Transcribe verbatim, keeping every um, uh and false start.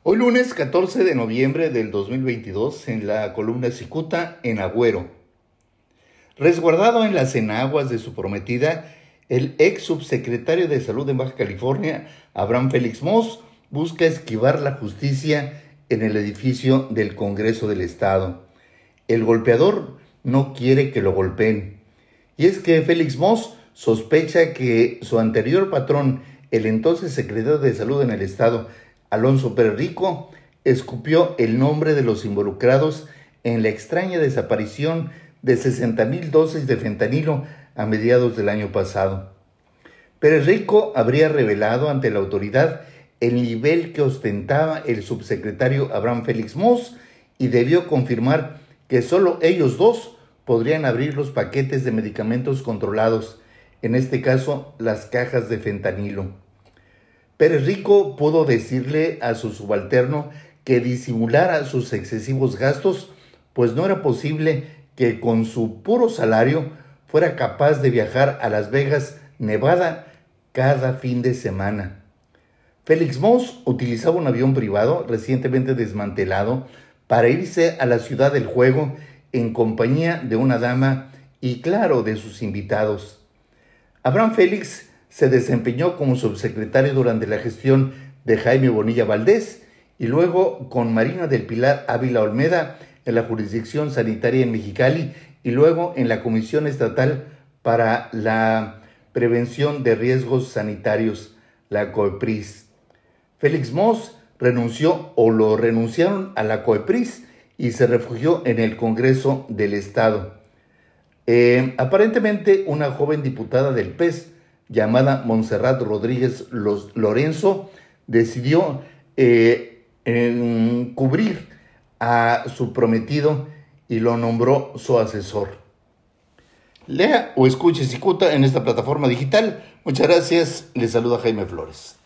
Hoy lunes catorce de noviembre del dos mil veintidós, en la columna Cicuta en Agüero. Resguardado en las enaguas de su prometida, el ex subsecretario de Salud en Baja California, Abraham Félix Moss, busca esquivar la justicia en el edificio del Congreso del Estado. El golpeador no quiere que lo golpeen. Y es que Félix Moss sospecha que su anterior patrón, el entonces secretario de Salud en el Estado, Alonso Pérez Rico, escupió el nombre de los involucrados en la extraña desaparición de sesenta mil dosis de fentanilo a mediados del año pasado. Pérez Rico habría revelado ante la autoridad el nivel que ostentaba el subsecretario Abraham Félix Moss y debió confirmar que solo ellos dos podrían abrir los paquetes de medicamentos controlados, en este caso las cajas de fentanilo. Pérez Rico pudo decirle a su subalterno que disimulara sus excesivos gastos, pues no era posible que con su puro salario fuera capaz de viajar a Las Vegas, Nevada, cada fin de semana. Félix Moss utilizaba un avión privado recientemente desmantelado para irse a la ciudad del juego en compañía de una dama y, claro, de sus invitados. Abraham Félix se desempeñó como subsecretario durante la gestión de Jaime Bonilla Valdés y luego con Marina del Pilar Ávila Olmeda en la jurisdicción sanitaria en Mexicali y luego en la Comisión Estatal para la Prevención de Riesgos Sanitarios, la COEPRIS. Félix Moss renunció o lo renunciaron a la COEPRIS y se refugió en el Congreso del Estado. Eh, aparentemente una joven diputada del P E S llamada Montserrat Rodríguez Lorenzo decidió eh, cubrir a su prometido y lo nombró su asesor. Lea o escuche Cicuta en esta plataforma digital. Muchas gracias. Les saluda Jaime Flores.